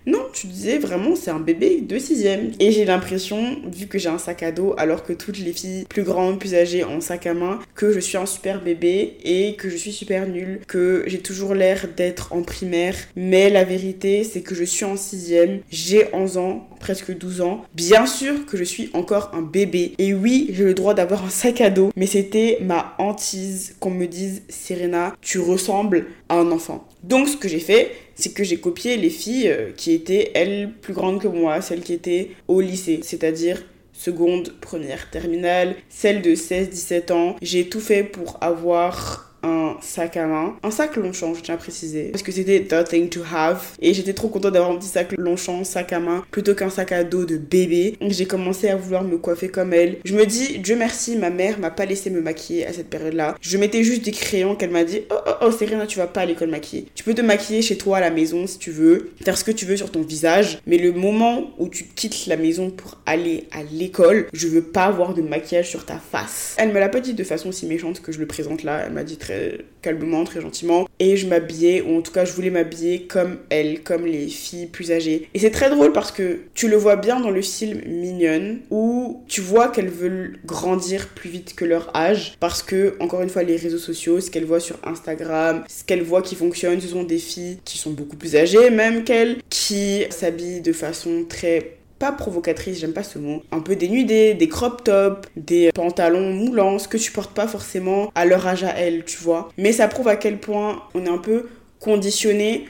Non, tu disais vraiment c'est un bébé de sixième. Et j'ai l'impression, vu que j'ai un sac à dos, alors que toutes les filles plus grandes, plus âgées ont un sac à main, que je suis un super bébé et que je suis super nulle, que j'ai toujours l'air d'être en primaire. Mais la vérité, c'est que je suis en sixième, j'ai onze ans, presque douze ans. Bien sûr que je suis encore un bébé. Et oui, j'ai le droit d'avoir un sac à dos. Mais c'était ma hantise qu'on me dise « Serena, tu ressembles à un enfant ». Donc ce que j'ai fait, c'est que j'ai copié les filles qui étaient, elles, plus grandes que moi, celles qui étaient au lycée, c'est-à-dire seconde, première, terminale, celles de seize dix-sept ans. J'ai tout fait pour avoir un sac à main, un sac Longchamp, je tiens à préciser, parce que c'était the thing to have, et j'étais trop contente d'avoir un petit sac Longchamp, sac à main, plutôt qu'un sac à dos de bébé. Donc j'ai commencé à vouloir me coiffer comme elle. Je me dis, Dieu merci, ma mère m'a pas laissé me maquiller à cette période-là. Je mettais juste des crayons qu'elle m'a dit, oh oh oh Serena, tu vas pas à l'école maquiller. Tu peux te maquiller chez toi à la maison si tu veux, faire ce que tu veux sur ton visage, mais le moment où tu quittes la maison pour aller à l'école, je veux pas avoir de maquillage sur ta face. Elle me l'a pas dit de façon si méchante que je le présente là, elle m'a dit très calmement, très gentiment, et je m'habillais, ou en tout cas je voulais m'habiller comme elle, comme les filles plus âgées. Et c'est très drôle parce que tu le vois bien dans le film Mignonne, où tu vois qu'elles veulent grandir plus vite que leur âge, parce que, encore une fois, les réseaux sociaux, ce qu'elles voient sur Instagram, ce qu'elles voient qui fonctionne, ce sont des filles qui sont beaucoup plus âgées même qu'elles, qui s'habillent de façon très pas provocatrice, j'aime pas ce mot, un peu dénudée, des crop tops, des pantalons moulants, ce que tu portes pas forcément à leur âge à elles, tu vois. Mais ça prouve à quel point on est un peu conditionné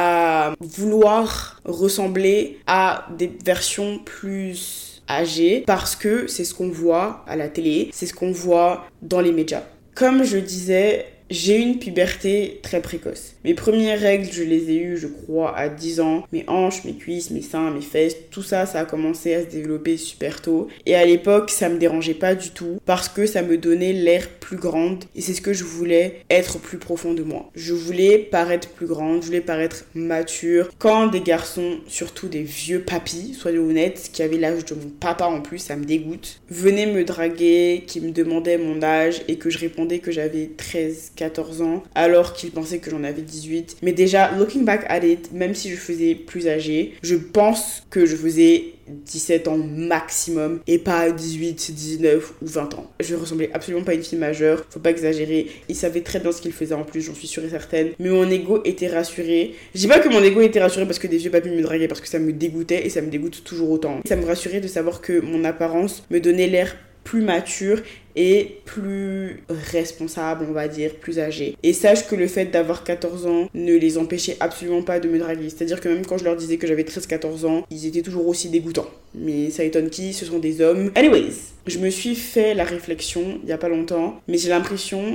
à vouloir ressembler à des versions plus âgées parce que c'est ce qu'on voit à la télé, c'est ce qu'on voit dans les médias. Comme je disais, j'ai eu une puberté très précoce. Mes premières règles, je les ai eues, je crois, à dix ans. Mes hanches, mes cuisses, mes seins, mes fesses, tout ça, ça a commencé à se développer super tôt. Et à l'époque, ça me dérangeait pas du tout parce que ça me donnait l'air plus grande. Et c'est ce que je voulais, être plus profond de moi. Je voulais paraître plus grande, je voulais paraître mature. Quand des garçons, surtout des vieux papis, soyons honnêtes, qui avaient l'âge de mon papa en plus, ça me dégoûte, venaient me draguer, qui me demandaient mon âge et que je répondais que j'avais treize, quatorze ans, alors qu'ils pensaient que j'en avais dix-huit. Mais déjà, looking back at it, même si je faisais plus âgé, je pense que je faisais dix-sept ans maximum et pas dix-huit, dix-neuf ou vingt ans. Je ressemblais absolument pas à une fille majeure, faut pas exagérer. Ils savaient très bien ce qu'ils faisaient en plus, j'en suis sûre et certaine. Mais mon ego était rassuré. Je dis pas que mon ego était rassuré parce que des vieux papis me draguaient, parce que ça me dégoûtait et ça me dégoûte toujours autant. Ça me rassurait de savoir que mon apparence me donnait l'air plus mature et plus responsable, on va dire, plus âgé. Et sache que le fait d'avoir quatorze ans ne les empêchait absolument pas de me draguer. C'est-à-dire que même quand je leur disais que j'avais treize quatorze ans, ils étaient toujours aussi dégoûtants. Mais ça étonne qui, ce sont des hommes. Anyways, je me suis fait la réflexion il y a pas longtemps, mais j'ai l'impression,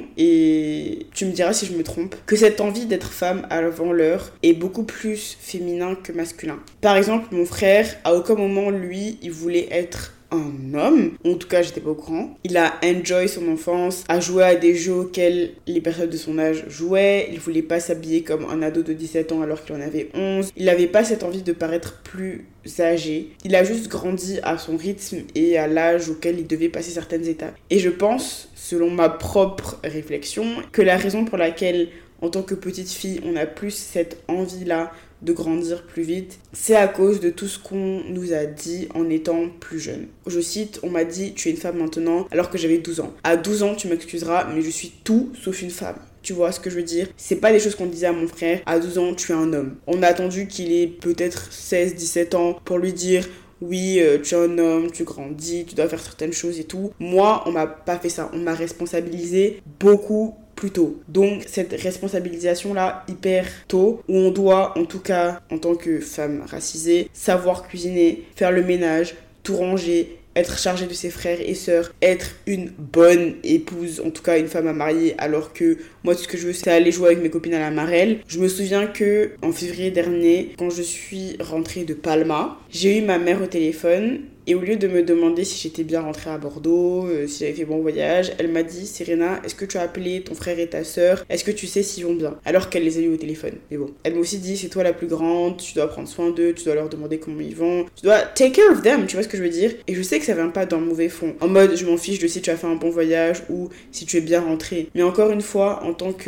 et tu me diras si je me trompe, que cette envie d'être femme avant l'heure est beaucoup plus féminin que masculin. Par exemple, mon frère, à aucun moment, lui, il voulait être un homme, en tout cas j'étais pas au courant. Il a enjoy son enfance, a joué à des jeux auxquels les personnes de son âge jouaient. Il voulait pas s'habiller comme un ado de dix-sept ans alors qu'il en avait onze. Il avait pas cette envie de paraître plus âgé. Il a juste grandi à son rythme et à l'âge auquel il devait passer certaines étapes. Et je pense, selon ma propre réflexion, que la raison pour laquelle en tant que petite fille on a plus cette envie-là de grandir plus vite, c'est à cause de tout ce qu'on nous a dit en étant plus jeune. Je cite, on m'a dit tu es une femme maintenant alors que j'avais douze ans. À douze ans, tu m'excuseras, mais je suis tout sauf une femme. Tu vois ce que je veux dire? C'est pas des choses qu'on disait à mon frère. À douze ans, tu es un homme. On a attendu qu'il ait peut-être seize dix-sept ans pour lui dire oui, euh, tu es un homme, tu grandis, tu dois faire certaines choses et tout. Moi, on m'a pas fait ça. On m'a responsabilisé beaucoup plus tôt. Donc cette responsabilisation-là, hyper tôt, où on doit, en tout cas en tant que femme racisée, savoir cuisiner, faire le ménage, tout ranger, être chargée de ses frères et sœurs, être une bonne épouse, en tout cas une femme à marier, alors que moi tout ce que je veux c'est aller jouer avec mes copines à la marelle. Je me souviens que en février dernier, quand je suis rentrée de Palma, j'ai eu ma mère au téléphone. Et au lieu de me demander si j'étais bien rentrée à Bordeaux, euh, si j'avais fait bon voyage, elle m'a dit « Serena, est-ce que tu as appelé ton frère et ta sœur? Est-ce que tu sais s'ils vont bien ?» Alors qu'elle les a eu au téléphone. Mais bon. Elle m'a aussi dit « C'est toi la plus grande, tu dois prendre soin d'eux, tu dois leur demander comment ils vont. Tu dois take care of them, tu vois ce que je veux dire ?» Et je sais que ça vient pas d'un mauvais fond. En mode, je m'en fiche de si tu as fait un bon voyage ou si tu es bien rentrée. Mais encore une fois, en tant que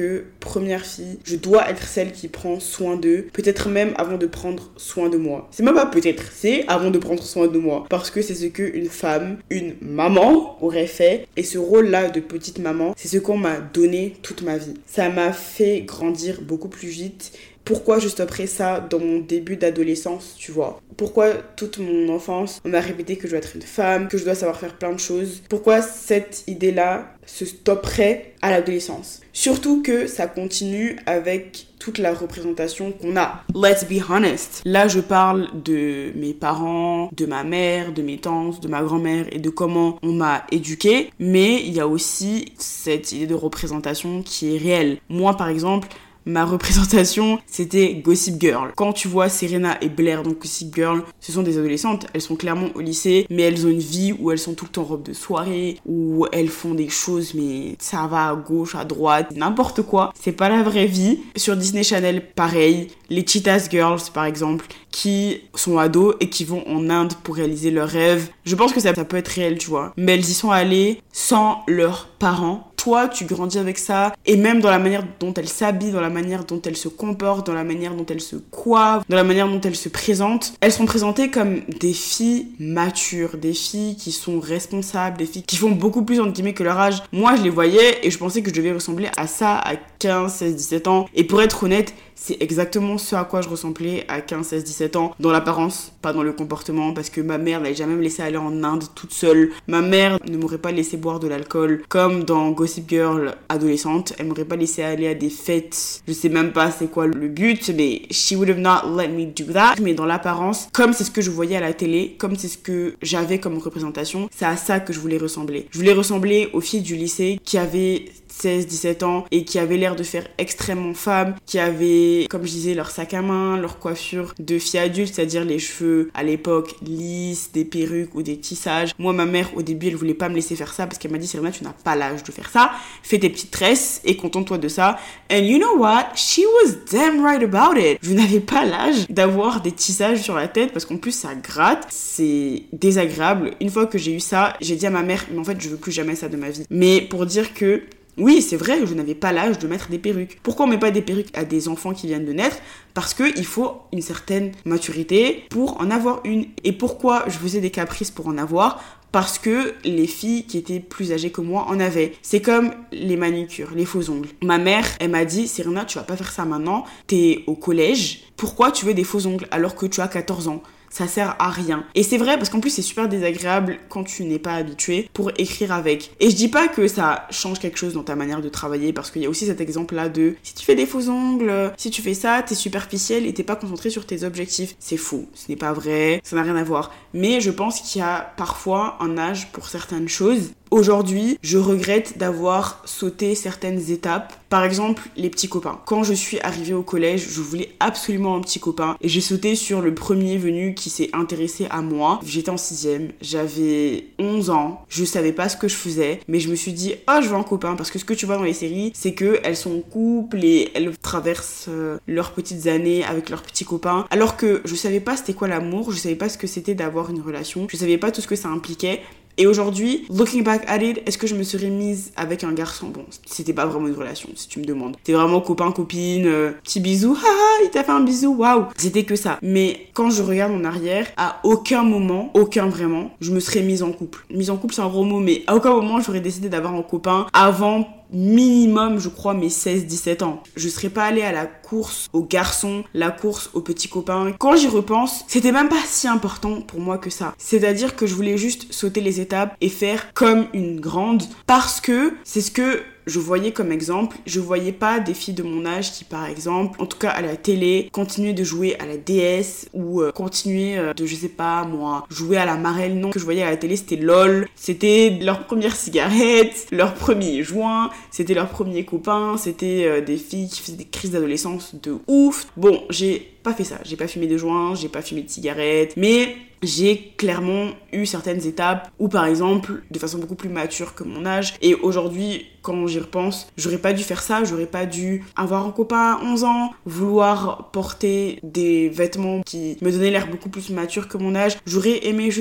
première fille, je dois être celle qui prend soin d'eux, peut-être même avant de prendre soin de moi. C'est même pas peut-être, c'est avant de prendre soin de moi. Parce que c'est ce qu'une femme, une maman aurait fait. Et ce rôle-là de petite maman, c'est ce qu'on m'a donné toute ma vie. Ça m'a fait grandir beaucoup plus vite. Pourquoi je stopperais ça dans mon début d'adolescence, tu vois? Pourquoi toute mon enfance, on m'a répété que je dois être une femme, que je dois savoir faire plein de choses? Pourquoi cette idée-là se stopperait à l'adolescence? Surtout que ça continue avec toute la représentation qu'on a. Let's be honest. Là, je parle de mes parents, de ma mère, de mes tantes, de ma grand-mère et de comment on m'a éduquée. Mais il y a aussi cette idée de représentation qui est réelle. Moi, par exemple, ma représentation, c'était Gossip Girl. Quand tu vois Serena et Blair dans Gossip Girl, ce sont des adolescentes, elles sont clairement au lycée, mais elles ont une vie où elles sont tout le temps en robe de soirée, où elles font des choses, mais ça va à gauche, à droite, n'importe quoi. C'est pas la vraie vie. Sur Disney Channel, pareil. Les Cheetah Girls, par exemple, qui sont ados et qui vont en Inde pour réaliser leurs rêves. Je pense que ça, ça peut être réel, tu vois. Mais elles y sont allées sans leurs parents. Toi, tu grandis avec ça, et même dans la manière dont elles s'habillent, dans la manière dont elles se comportent, dans la manière dont elles se coiffent, dans la manière dont elles se présentent, elles sont présentées comme des filles matures, des filles qui sont responsables, des filles qui font beaucoup plus entre guillemets que leur âge. Moi, je les voyais et je pensais que je devais ressembler à ça à quinze, seize, dix-sept ans. Et pour être honnête, c'est exactement ce à quoi je ressemblais à quinze, seize, dix-sept ans, dans l'apparence, pas dans le comportement, parce que ma mère n'allait jamais me laisser aller en Inde toute seule. Ma mère ne m'aurait pas laissé boire de l'alcool, comme dans Gossip Girl adolescente. Elle m'aurait pas laissé aller à des fêtes. Je sais même pas c'est quoi le but, mais she would have not let me do that. Mais dans l'apparence, comme c'est ce que je voyais à la télé, comme c'est ce que j'avais comme représentation, c'est à ça que je voulais ressembler. Je voulais ressembler aux filles du lycée qui avaient seize, dix-sept ans et qui avaient l'air de faire extrêmement femme, qui avaient, comme je disais, leur sac à main, leur coiffure de filles adultes, c'est-à-dire les cheveux à l'époque lisses, des perruques ou des tissages. Moi, ma mère, au début, elle voulait pas me laisser faire ça parce qu'elle m'a dit, Serena, tu n'as pas l'âge de faire ça. Fais tes petites tresses et contente-toi de ça. And you know what? She was damn right about it. Je n'avais pas l'âge d'avoir des tissages sur la tête parce qu'en plus, ça gratte. C'est désagréable. Une fois que j'ai eu ça, j'ai dit à ma mère, mais en fait, je veux plus jamais ça de ma vie. Mais pour dire que oui, c'est vrai, je n'avais pas l'âge de mettre des perruques. Pourquoi on met pas des perruques à des enfants qui viennent de naître? Parce qu'il faut une certaine maturité pour en avoir une. Et pourquoi je faisais des caprices pour en avoir? Parce que les filles qui étaient plus âgées que moi en avaient. C'est comme les manicures, les faux ongles. Ma mère, elle m'a dit, Serena, tu vas pas faire ça maintenant, t'es au collège, pourquoi tu veux des faux ongles alors que tu as quatorze ans? Ça sert à rien. Et c'est vrai parce qu'en plus c'est super désagréable quand tu n'es pas habitué pour écrire avec. Et je dis pas que ça change quelque chose dans ta manière de travailler parce qu'il y a aussi cet exemple là de si tu fais des faux ongles, si tu fais ça, t'es superficiel et t'es pas concentré sur tes objectifs. C'est faux, ce n'est pas vrai, ça n'a rien à voir. Mais je pense qu'il y a parfois un âge pour certaines choses. Aujourd'hui, je regrette d'avoir sauté certaines étapes. Par exemple, les petits copains. Quand je suis arrivée au collège, je voulais absolument un petit copain. Et j'ai sauté sur le premier venu qui s'est intéressé à moi. J'étais en sixième, j'avais onze ans. Je savais pas ce que je faisais. Mais je me suis dit, oh, je veux un copain. Parce que ce que tu vois dans les séries, c'est qu'elles sont en couple et elles traversent euh, leurs petites années avec leurs petits copains. Alors que je savais pas c'était quoi l'amour. Je savais pas ce que c'était d'avoir une relation. Je savais pas tout ce que ça impliquait. Et aujourd'hui, looking back at it, est-ce que je me serais mise avec un garçon? Bon, c'était pas vraiment une relation, si tu me demandes. C'était vraiment copain, copine, euh, petit bisou, haha, il t'a fait un bisou, waouh. C'était que ça. Mais quand je regarde en arrière, à aucun moment, aucun vraiment, je me serais mise en couple. Mise en couple, c'est un gros mot, mais à aucun moment, j'aurais décidé d'avoir un copain avant minimum, je crois, mes seize dix-sept ans. Je serais pas allée à la course aux garçons, la course aux petits copains. Quand j'y repense, c'était même pas si important pour moi que ça. C'est-à-dire que je voulais juste sauter les étapes et faire comme une grande parce que c'est ce que je voyais comme exemple. Je voyais pas des filles de mon âge qui, par exemple, en tout cas à la télé, continuaient de jouer à la D S ou euh, continuaient euh, de, je sais pas moi, jouer à la marelle. Non, ce que je voyais à la télé, c'était LOL. C'était leur première cigarette, leur premier joint, c'était leur premier copain, c'était euh, des filles qui faisaient des crises d'adolescence de ouf. Bon, j'ai pas fait ça. J'ai pas fumé de joint, j'ai pas fumé de cigarette, mais j'ai clairement eu certaines étapes où, par exemple, de façon beaucoup plus mature que mon âge, et aujourd'hui, quand j'y repense, j'aurais pas dû faire ça, j'aurais pas dû avoir un copain à onze ans, vouloir porter des vêtements qui me donnaient l'air beaucoup plus mature que mon âge. J'aurais aimé juste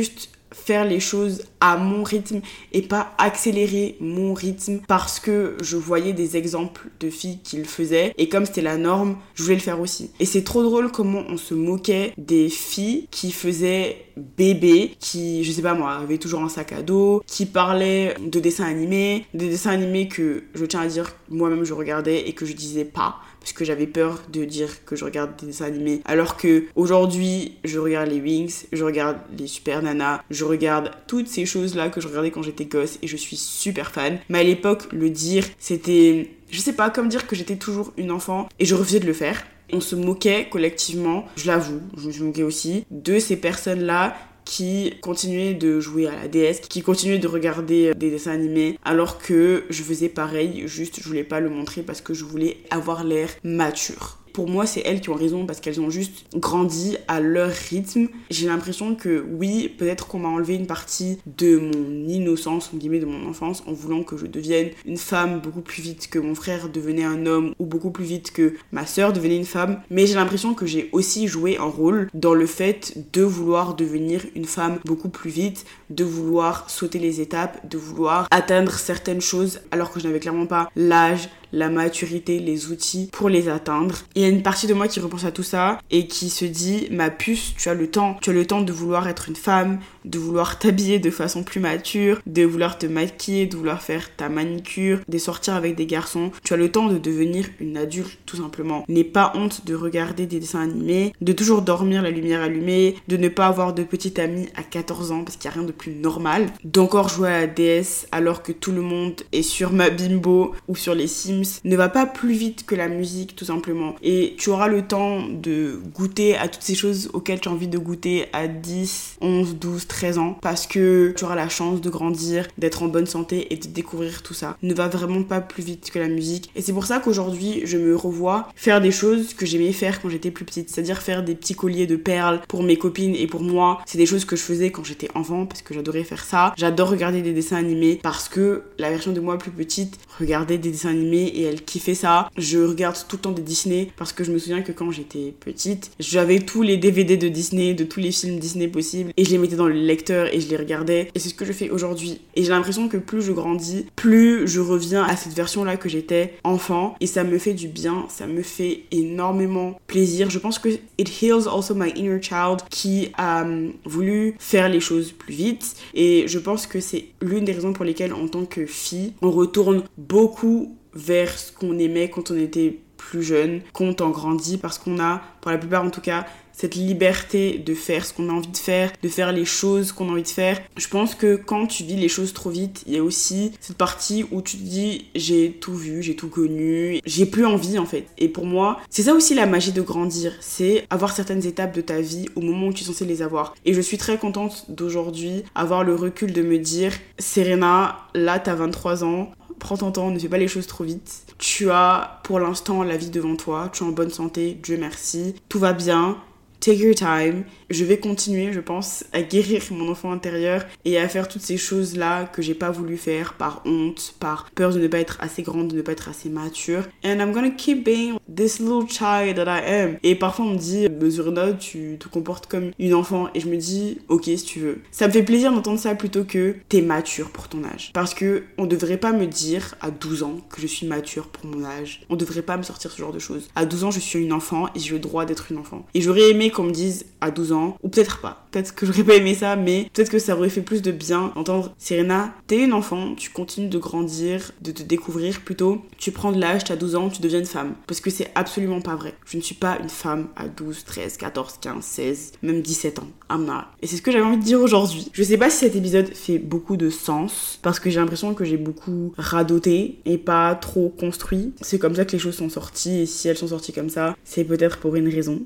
faire les choses à mon rythme et pas accélérer mon rythme parce que je voyais des exemples de filles qui le faisaient et comme c'était la norme, je voulais le faire aussi. Et c'est trop drôle comment on se moquait des filles qui faisaient bébé, qui, je sais pas moi, avaient toujours un sac à dos, qui parlaient de dessins animés, des dessins animés que je tiens à dire moi-même je regardais et que je disais pas parce que j'avais peur de dire que je regarde des dessins animés alors que aujourd'hui je regarde les Winx, je regarde les Super Nana, je regarde toutes ces choses là que je regardais quand j'étais gosse et je suis super fan. Mais à l'époque le dire c'était, je sais pas, comme dire que j'étais toujours une enfant et je refusais de le faire. On se moquait collectivement, je l'avoue, je me moquais aussi de ces personnes là qui continuaient de jouer à la D S, qui continuaient de regarder des dessins animés, alors que je faisais pareil, juste je voulais pas le montrer parce que je voulais avoir l'air mature. Pour moi, c'est elles qui ont raison parce qu'elles ont juste grandi à leur rythme. J'ai l'impression que oui, peut-être qu'on m'a enlevé une partie de mon innocence, en guillemets, de mon enfance, en voulant que je devienne une femme beaucoup plus vite que mon frère devenait un homme ou beaucoup plus vite que ma sœur devenait une femme. Mais j'ai l'impression que j'ai aussi joué un rôle dans le fait de vouloir devenir une femme beaucoup plus vite, de vouloir sauter les étapes, de vouloir atteindre certaines choses alors que je n'avais clairement pas l'âge, la maturité, les outils pour les atteindre. Il y a une partie de moi qui repense à tout ça et qui se dit, ma puce, tu as le temps. Tu as le temps de vouloir être une femme, de vouloir t'habiller de façon plus mature, de vouloir te maquiller, de vouloir faire ta manicure, de sortir avec des garçons. Tu as le temps de devenir une adulte, tout simplement. N'aie pas honte de regarder des dessins animés, de toujours dormir la lumière allumée, de ne pas avoir de petite amie à quatorze ans parce qu'il n'y a rien de plus normal, d'encore jouer à la D S alors que tout le monde est sur ma Bimbo ou sur les Sims. Ne va pas plus vite que la musique, tout simplement. Et tu auras le temps de goûter à toutes ces choses auxquelles tu as envie de goûter à dix, onze, douze, treize ans parce que tu auras la chance de grandir, d'être en bonne santé et de découvrir tout ça. Ne va vraiment pas plus vite que la musique. Et c'est pour ça qu'aujourd'hui, je me revois faire des choses que j'aimais faire quand j'étais plus petite. C'est-à-dire faire des petits colliers de perles pour mes copines et pour moi. C'est des choses que je faisais quand j'étais enfant parce que j'adorais faire ça. J'adore regarder des dessins animés parce que la version de moi plus petite regardait des dessins animés et elle kiffait ça. Je regarde tout le temps des Disney parce que je me souviens que quand j'étais petite, j'avais tous les D V D de Disney, de tous les films Disney possibles et je les mettais dans le lecteur et je les regardais et c'est ce que je fais aujourd'hui. Et j'ai l'impression que plus je grandis, plus je reviens à cette version-là que j'étais enfant et ça me fait du bien, ça me fait énormément plaisir. Je pense que it heals also my inner child qui a um, voulu faire les choses plus vite et je pense que c'est l'une des raisons pour lesquelles en tant que fille, on retourne beaucoup vers ce qu'on aimait quand on était plus jeune, quand on grandit, parce qu'on a, pour la plupart en tout cas, cette liberté de faire ce qu'on a envie de faire, de faire les choses qu'on a envie de faire. Je pense que quand tu vis les choses trop vite, il y a aussi cette partie où tu te dis j'ai tout vu, j'ai tout connu, j'ai plus envie en fait. Et pour moi, c'est ça aussi la magie de grandir, c'est avoir certaines étapes de ta vie au moment où tu es censé les avoir. Et je suis très contente d'aujourd'hui avoir le recul de me dire Serena, là t'as vingt-trois ans, prends ton temps, ne fais pas les choses trop vite. Tu as pour l'instant la vie devant toi, tu es en bonne santé, Dieu merci, tout va bien. Take your time. Je vais continuer, je pense, à guérir mon enfant intérieur et à faire toutes ces choses-là que j'ai pas voulu faire par honte, par peur de ne pas être assez grande, de ne pas être assez mature. And I'm gonna keep being this little child that I am. Et parfois on me dit, Serena, tu te comportes comme une enfant. Et je me dis, ok, si tu veux. Ça me fait plaisir d'entendre ça plutôt que t'es mature pour ton âge. Parce que on devrait pas me dire à douze ans que je suis mature pour mon âge. On devrait pas me sortir ce genre de choses. À douze ans, je suis une enfant et j'ai le droit d'être une enfant. Et j'aurais aimé qu'on me dise à douze ans, ou peut-être pas, peut-être que j'aurais pas aimé ça, mais peut-être que ça aurait fait plus de bien d'entendre Serena, t'es une enfant, tu continues de grandir, de te découvrir plutôt, tu prends de l'âge, t'as douze ans, tu deviens une femme, parce que c'est absolument pas vrai. Je ne suis pas une femme à douze, treize, quatorze, quinze, seize, même dix-sept ans. I'm not. Et c'est ce que j'avais envie de dire aujourd'hui. Je sais pas si cet épisode fait beaucoup de sens, parce que j'ai l'impression que j'ai beaucoup radoté et pas trop construit. C'est comme ça que les choses sont sorties, et si elles sont sorties comme ça, c'est peut-être pour une raison.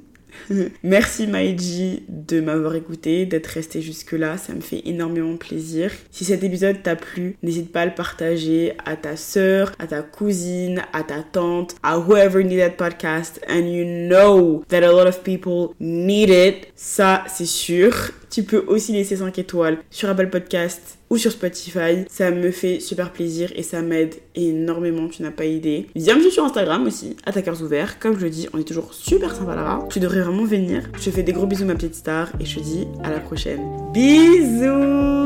Merci Maïji de m'avoir écouté, d'être resté jusque là, ça me fait énormément plaisir. Si cet épisode t'a plu, n'hésite pas à le partager à ta sœur, à ta cousine, à ta tante, à whoever need that podcast, and you know that a lot of people need it, ça c'est sûr. Tu peux aussi laisser cinq étoiles sur Apple Podcast ou sur Spotify. Ça me fait super plaisir et ça m'aide énormément, tu n'as pas idée. Viens me suivre sur Instagram aussi, à ta cœur ouvert. Comme je le dis, on est toujours super sympa là-bas. Tu devrais vraiment venir. Je te fais des gros bisous ma petite star et je te dis à la prochaine. Bisous.